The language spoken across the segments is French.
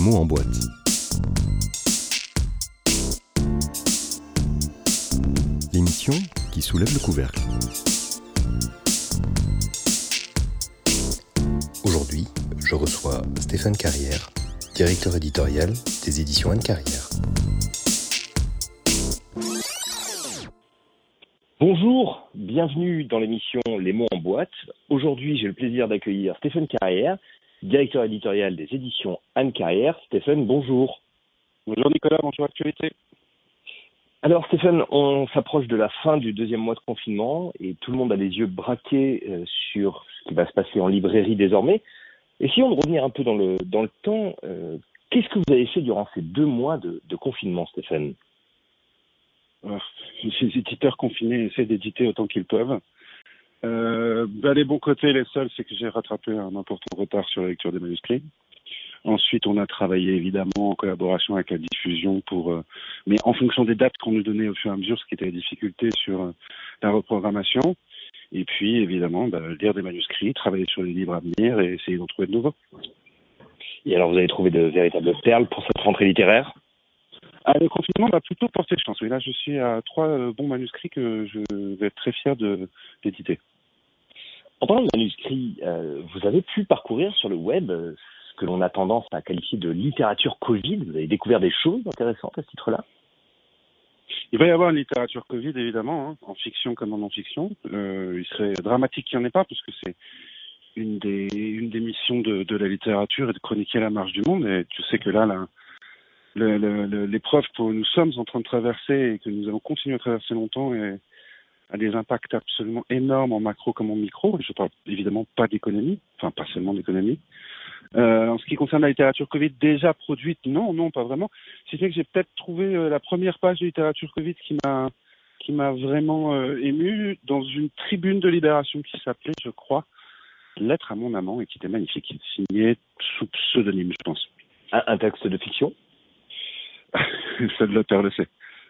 mots en boîte. L'émission qui soulève le couvercle. Aujourd'hui, je reçois Stéphane Carrière, directeur éditorial des éditions Anne Carrière. Bonjour, bienvenue dans l'émission Les mots en boîte. Aujourd'hui, j'ai le plaisir d'accueillir Stéphane Carrière, directeur éditorial des éditions Anne Carrière. Stéphane, bonjour. Bonjour Nicolas, bonjour Actualité. Alors Stéphane, on s'approche de la fin du deuxième mois de confinement et tout le monde a les yeux braqués sur ce qui va se passer en librairie désormais. Essayons de revenir un peu dans le temps. Qu'est-ce que vous avez fait durant ces 2 mois de confinement, Stéphane ? Les éditeurs confinés essaient d'éditer autant qu'ils peuvent. Les bons côtés, les seuls, c'est que j'ai rattrapé un important retard sur la lecture des manuscrits. Ensuite, on a travaillé évidemment en collaboration avec la diffusion mais en fonction des dates qu'on nous donnait au fur et à mesure, ce qui était la difficulté sur la reprogrammation. Et puis, évidemment, lire des manuscrits, travailler sur les livres à venir et essayer d'en trouver de nouveaux. Et alors, vous avez trouvé de véritables perles pour cette rentrée littéraire ? Le confinement m'a plutôt porté chance. Oui, là, je suis à 3 bons manuscrits que je vais être très fier d'éditer. En parlant de manuscrits, vous avez pu parcourir sur le web ce que l'on a tendance à qualifier de littérature Covid. Vous avez découvert des choses intéressantes à ce titre-là ? Il va y avoir une littérature Covid, évidemment, en fiction comme en non-fiction. Il serait dramatique qu'il n'y en ait pas, parce que c'est une des missions de la littérature et de chroniquer la marche du monde. Et tu sais que là, l'épreuve que nous sommes en train de traverser et que nous allons continuer à traverser longtemps a des impacts absolument énormes en macro comme en micro. Et je parle évidemment pas d'économie, enfin pas seulement d'économie. En ce qui concerne la littérature Covid déjà produite, non, pas vraiment. Si ce n'est que j'ai peut-être trouvé la première page de littérature Covid qui m'a vraiment ému dans une tribune de Libération qui s'appelait, je crois, Lettre à mon amant et qui était magnifique, signé sous pseudonyme, je pense. Un texte de fiction ? Seul l'auteur le sait.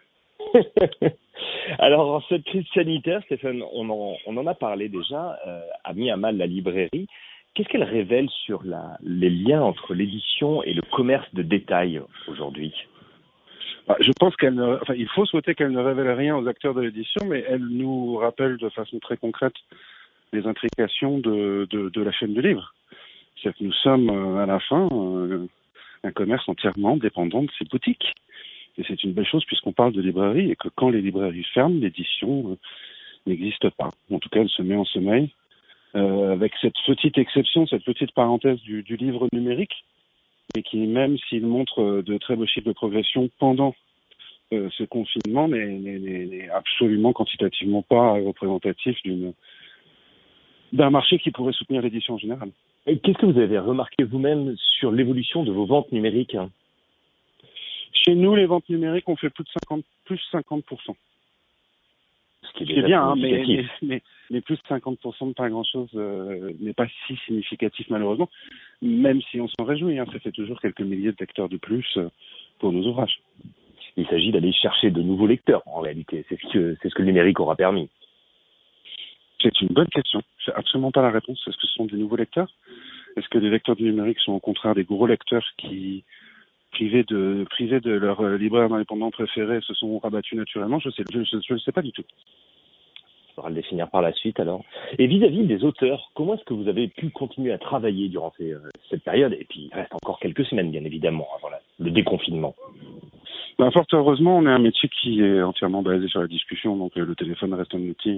Alors, en cette crise sanitaire, Stéphane, on en a parlé déjà, a mis à mal la librairie. Qu'est-ce qu'elle révèle sur les liens entre l'édition et le commerce de détail aujourd'hui ? Je pense il faut souhaiter qu'elle ne révèle rien aux acteurs de l'édition, mais elle nous rappelle de façon très concrète les intrications de la chaîne du livre. C'est-à-dire que nous sommes à la fin un commerce entièrement dépendant de ses boutiques. Et c'est une belle chose puisqu'on parle de librairie et que quand les librairies ferment, l'édition n'existe pas. En tout cas, elle se met en sommeil. Avec cette petite exception, cette petite parenthèse du livre numérique, et qui, même s'il montre de très beaux chiffres de progression pendant ce confinement, n'est absolument quantitativement pas représentatif d'un marché qui pourrait soutenir l'édition en général. Et qu'est-ce que vous avez remarqué vous-même sur l'évolution de vos ventes numériques ? Chez nous, les ventes numériques ont fait plus 50%. Ce qui est bien, mais plus de 50% de pas grand-chose n'est pas si significatif malheureusement, même si on s'en réjouit. Ça fait toujours quelques milliers de lecteurs de plus pour nos ouvrages. Il s'agit d'aller chercher de nouveaux lecteurs, en réalité. C'est ce que le numérique aura permis. C'est une bonne question. Je n'ai absolument pas la réponse. Est-ce que ce sont des nouveaux lecteurs ? Est-ce que les lecteurs du numérique sont au contraire des gros lecteurs qui, privés de leur libraire indépendant préféré, se sont rabattus naturellement ? Je ne sais pas du tout. Il faudra le définir par la suite alors. Et vis-à-vis des auteurs, comment est-ce que vous avez pu continuer à travailler durant cette période ? Et puis il reste encore quelques semaines bien évidemment avant le déconfinement. Fort heureusement, on est un métier qui est entièrement basé sur la discussion, donc le téléphone reste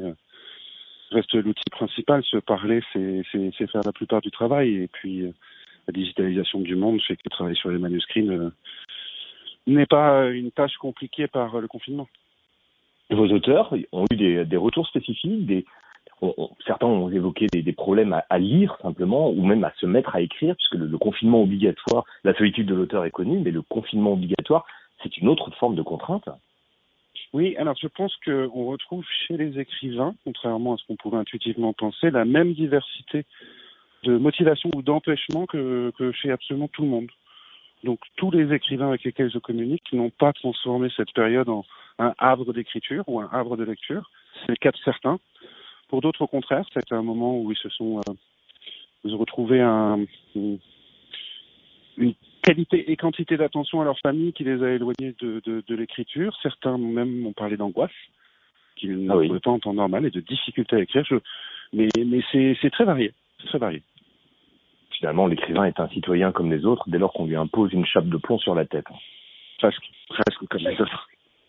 l'outil principal. Se parler, c'est faire la plupart du travail. Et puis la digitalisation du monde fait que travailler sur les manuscrits n'est pas une tâche compliquée par le confinement. Vos auteurs ont eu des retours spécifiques, certains ont évoqué des problèmes à lire simplement, ou même à se mettre à écrire, puisque le confinement obligatoire, la solitude de l'auteur est connue, mais le confinement obligatoire, c'est une autre forme de contrainte. Oui, alors je pense qu'on retrouve chez les écrivains, contrairement à ce qu'on pourrait intuitivement penser, la même diversité de motivation ou d'empêchement que chez absolument tout le monde. Donc tous les écrivains avec lesquels je communique n'ont pas transformé cette période en un havre d'écriture ou un havre de lecture. C'est le cas de certains. Pour d'autres, au contraire, c'était un moment où ils se sont retrouvé une qualité et quantité d'attention à leur famille qui les a éloignés de l'écriture. Certains même m'ont parlé d'angoisse qu'ils ne pouvaient pas en temps normal et de difficultés à écrire. Mais c'est très varié. C'est très varié. Finalement, l'écrivain est un citoyen comme les autres dès lors qu'on lui impose une chape de plomb sur la tête. Presque comme les autres.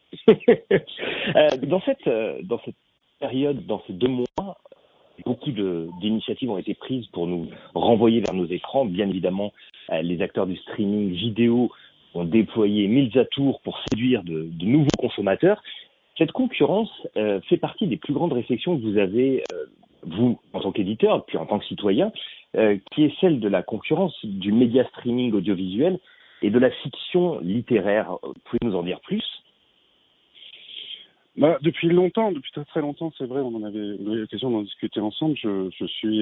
Dans cette période, dans ces 2 mois, beaucoup d'initiatives ont été prises pour nous renvoyer vers nos écrans. Bien évidemment, les acteurs du streaming vidéo ont déployé 1000 atours pour séduire de nouveaux consommateurs. Cette concurrence fait partie des plus grandes réflexions que vous avez, vous, en tant qu'éditeur, puis en tant que citoyen, qui est celle de la concurrence du média streaming audiovisuel et de la fiction littéraire. Vous pouvez nous en dire plus ? Depuis très très longtemps, c'est vrai, on avait eu l'occasion d'en discuter ensemble. Je suis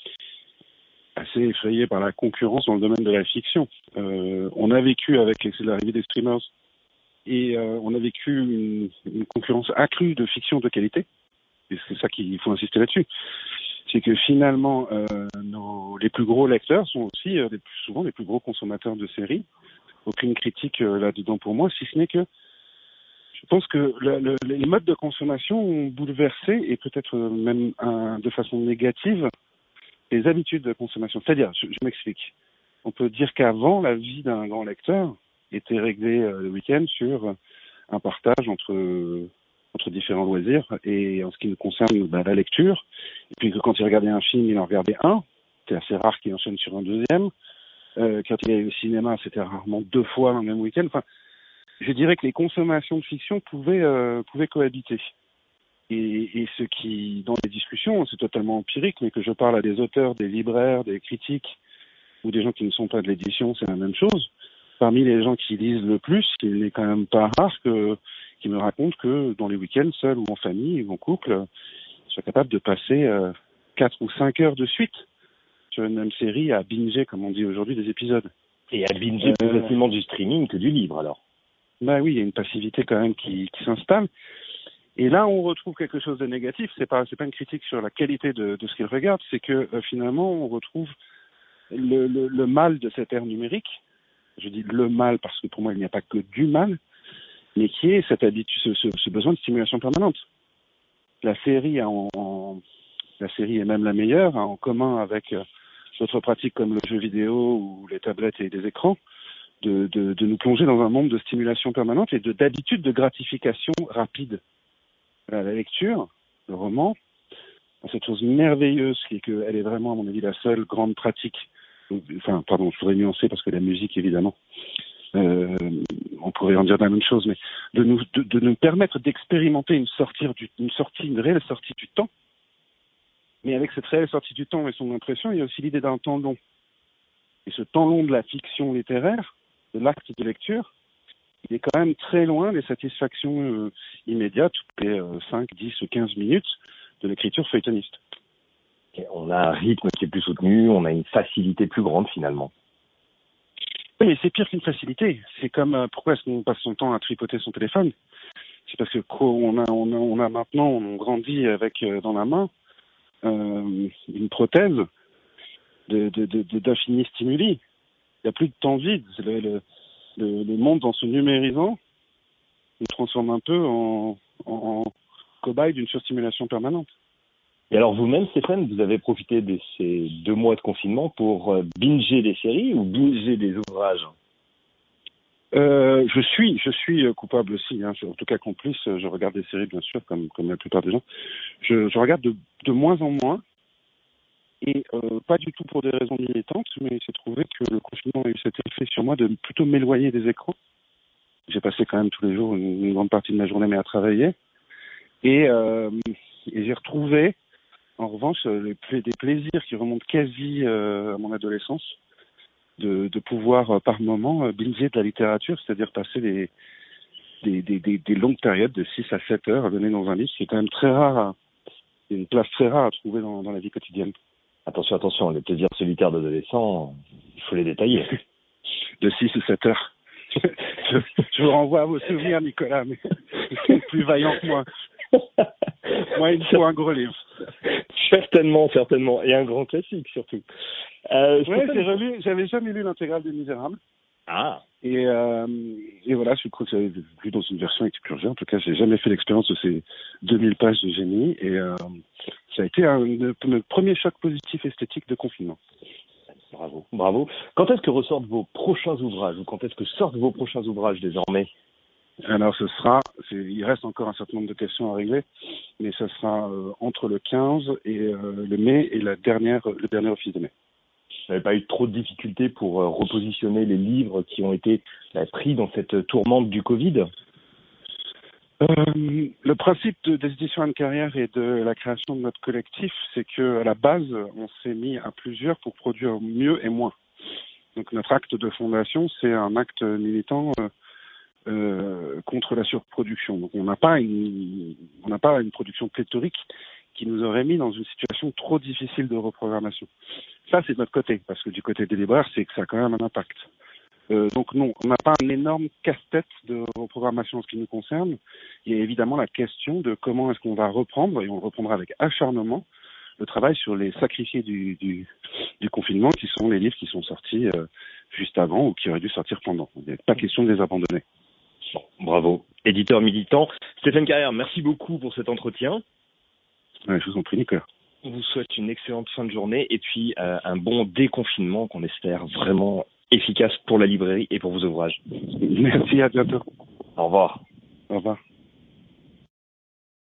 assez effrayé par la concurrence dans le domaine de la fiction. On a vécu avec l'arrivée des streamers et on a vécu une concurrence accrue de fiction de qualité. Et c'est ça qu'il faut insister là-dessus. C'est que finalement, les plus gros lecteurs sont aussi souvent les plus gros consommateurs de séries. Aucune critique là-dedans pour moi, si ce n'est que je pense que les modes de consommation ont bouleversé, et peut-être même de façon négative, les habitudes de consommation. C'est-à-dire, je m'explique. On peut dire qu'avant, la vie d'un grand lecteur était réglée le week-end sur un partage entre différents loisirs. Et en ce qui nous concerne, la lecture. Et puis que quand il regardait un film, il en regardait un. C'était assez rare qu'il enchaîne sur un deuxième. Quand il allait au cinéma, c'était rarement 2 fois dans le même week-end. Enfin, je dirais que les consommations de fiction pouvaient cohabiter. Et ce qui, dans les discussions, c'est totalement empirique, mais que je parle à des auteurs, des libraires, des critiques, ou des gens qui ne sont pas de l'édition, c'est la même chose. Parmi les gens qui lisent le plus, il n'est quand même pas rare qui me racontent que dans les week-ends, seuls ou en famille ou en couple, ils soient capables de passer 4 ou 5 heures de suite sur une même série à binger, comme on dit aujourd'hui, des épisodes. Et à binger plus facilement du streaming que du livre, alors. Oui, il y a une passivité quand même qui s'installe. Et là, on retrouve quelque chose de négatif. C'est pas une critique sur la qualité de ce qu'ils regardent, c'est que finalement, on retrouve le mal de cette ère numérique. Je dis le mal parce que pour moi, il n'y a pas que du mal, mais qui est cette habitude, ce besoin de stimulation permanente. La série est même la meilleure, en commun avec d'autres pratiques comme le jeu vidéo ou les tablettes et les écrans, de nous plonger dans un monde de stimulation permanente et d'habitude de gratification rapide. La lecture, le roman, cette chose merveilleuse qui est qu'elle est vraiment, à mon avis, la seule grande pratique. Enfin, pardon, je voudrais nuancer parce que la musique, évidemment, on pourrait en dire la même chose, mais de nous permettre d'expérimenter une réelle sortie du temps. Mais avec cette réelle sortie du temps et son impression, il y a aussi l'idée d'un temps long. Et ce temps long de la fiction littéraire, de l'acte de lecture, il est quand même très loin des satisfactions immédiates, toutes les 5, 10 ou 15 minutes de l'écriture feuilletoniste. Et on a un rythme qui est plus soutenu, on a une facilité plus grande finalement. Oui, mais c'est pire qu'une facilité. C'est comme, pourquoi est-ce qu'on passe son temps à tripoter son téléphone ? C'est parce que on a maintenant, on grandit avec dans la main une prothèse d'infinis stimuli. Il n'y a plus de temps vide. Le monde, en se numérisant, nous transforme un peu en cobaye d'une surstimulation permanente. Et alors vous-même, Stéphane, vous avez profité de ces 2 mois de confinement pour binger des séries ou binger des ouvrages ? Je suis coupable aussi, hein. En tout cas complice. Je regarde des séries, bien sûr, comme la plupart des gens. Je regarde de moins en moins. Et pas du tout pour des raisons militantes, mais il s'est trouvé que le confinement a eu cet effet sur moi de plutôt m'éloigner des écrans. J'ai passé quand même tous les jours une grande partie de ma journée mais à travailler. Et j'ai retrouvé, en revanche, des plaisirs qui remontent quasi à mon adolescence, de pouvoir par moment binger de la littérature, c'est-à-dire passer des longues périodes de 6 à 7 heures à donner dans un livre, ce qui est quand même très rare, une place très rare à trouver dans la vie quotidienne. Attention, les plaisirs solitaires d'adolescents, il faut les détailler. De 6 ou 7 heures. Je vous renvoie à vos souvenirs, Nicolas, mais vous êtes plus vaillant que moi. Moi, il me faut un gros livre. Certainement. Et un grand classique, surtout. Oui, j'avais jamais lu l'intégrale des Misérables. Ah. Et voilà, je crois que j'avais lu dans une version avec Purgé. En tout cas, j'ai jamais fait l'expérience de ces 2000 pages de génie. Et ça a été le premier choc positif esthétique de confinement. Bravo, bravo. Quand est-ce que ressortent vos prochains ouvrages ou quand est-ce que sortent vos prochains ouvrages désormais? Alors, il reste encore un certain nombre de questions à régler, mais ça sera entre le 15 et le mai et le dernier office de mai. Vous n'avez pas eu trop de difficultés pour repositionner les livres qui ont été pris dans cette tourmente du Covid? Le principe des éditions Anne-Carrière et de la création de notre collectif, c'est que à la base, on s'est mis à plusieurs pour produire mieux et moins. Donc notre acte de fondation, c'est un acte militant contre la surproduction. Donc on n'a pas une production pléthorique qui nous aurait mis dans une situation trop difficile de reprogrammation. Ça, c'est de notre côté, parce que du côté des libraires, c'est que ça a quand même un impact. Donc non, on n'a pas un énorme casse-tête de reprogrammation en ce qui nous concerne. Il y a évidemment la question de comment est-ce qu'on va reprendre, et on reprendra avec acharnement, le travail sur les sacrifiés du confinement, qui sont les livres qui sont sortis juste avant ou qui auraient dû sortir pendant. Il n'est pas question de les abandonner. Bon, bravo. Éditeur militant. Stéphane Carrière, merci beaucoup pour cet entretien. Ouais, je vous en prie, Nicolas. On vous souhaite une excellente fin de journée et puis un bon déconfinement qu'on espère vraiment efficace pour la librairie et pour vos ouvrages. Merci, à bientôt. Au revoir. Au revoir.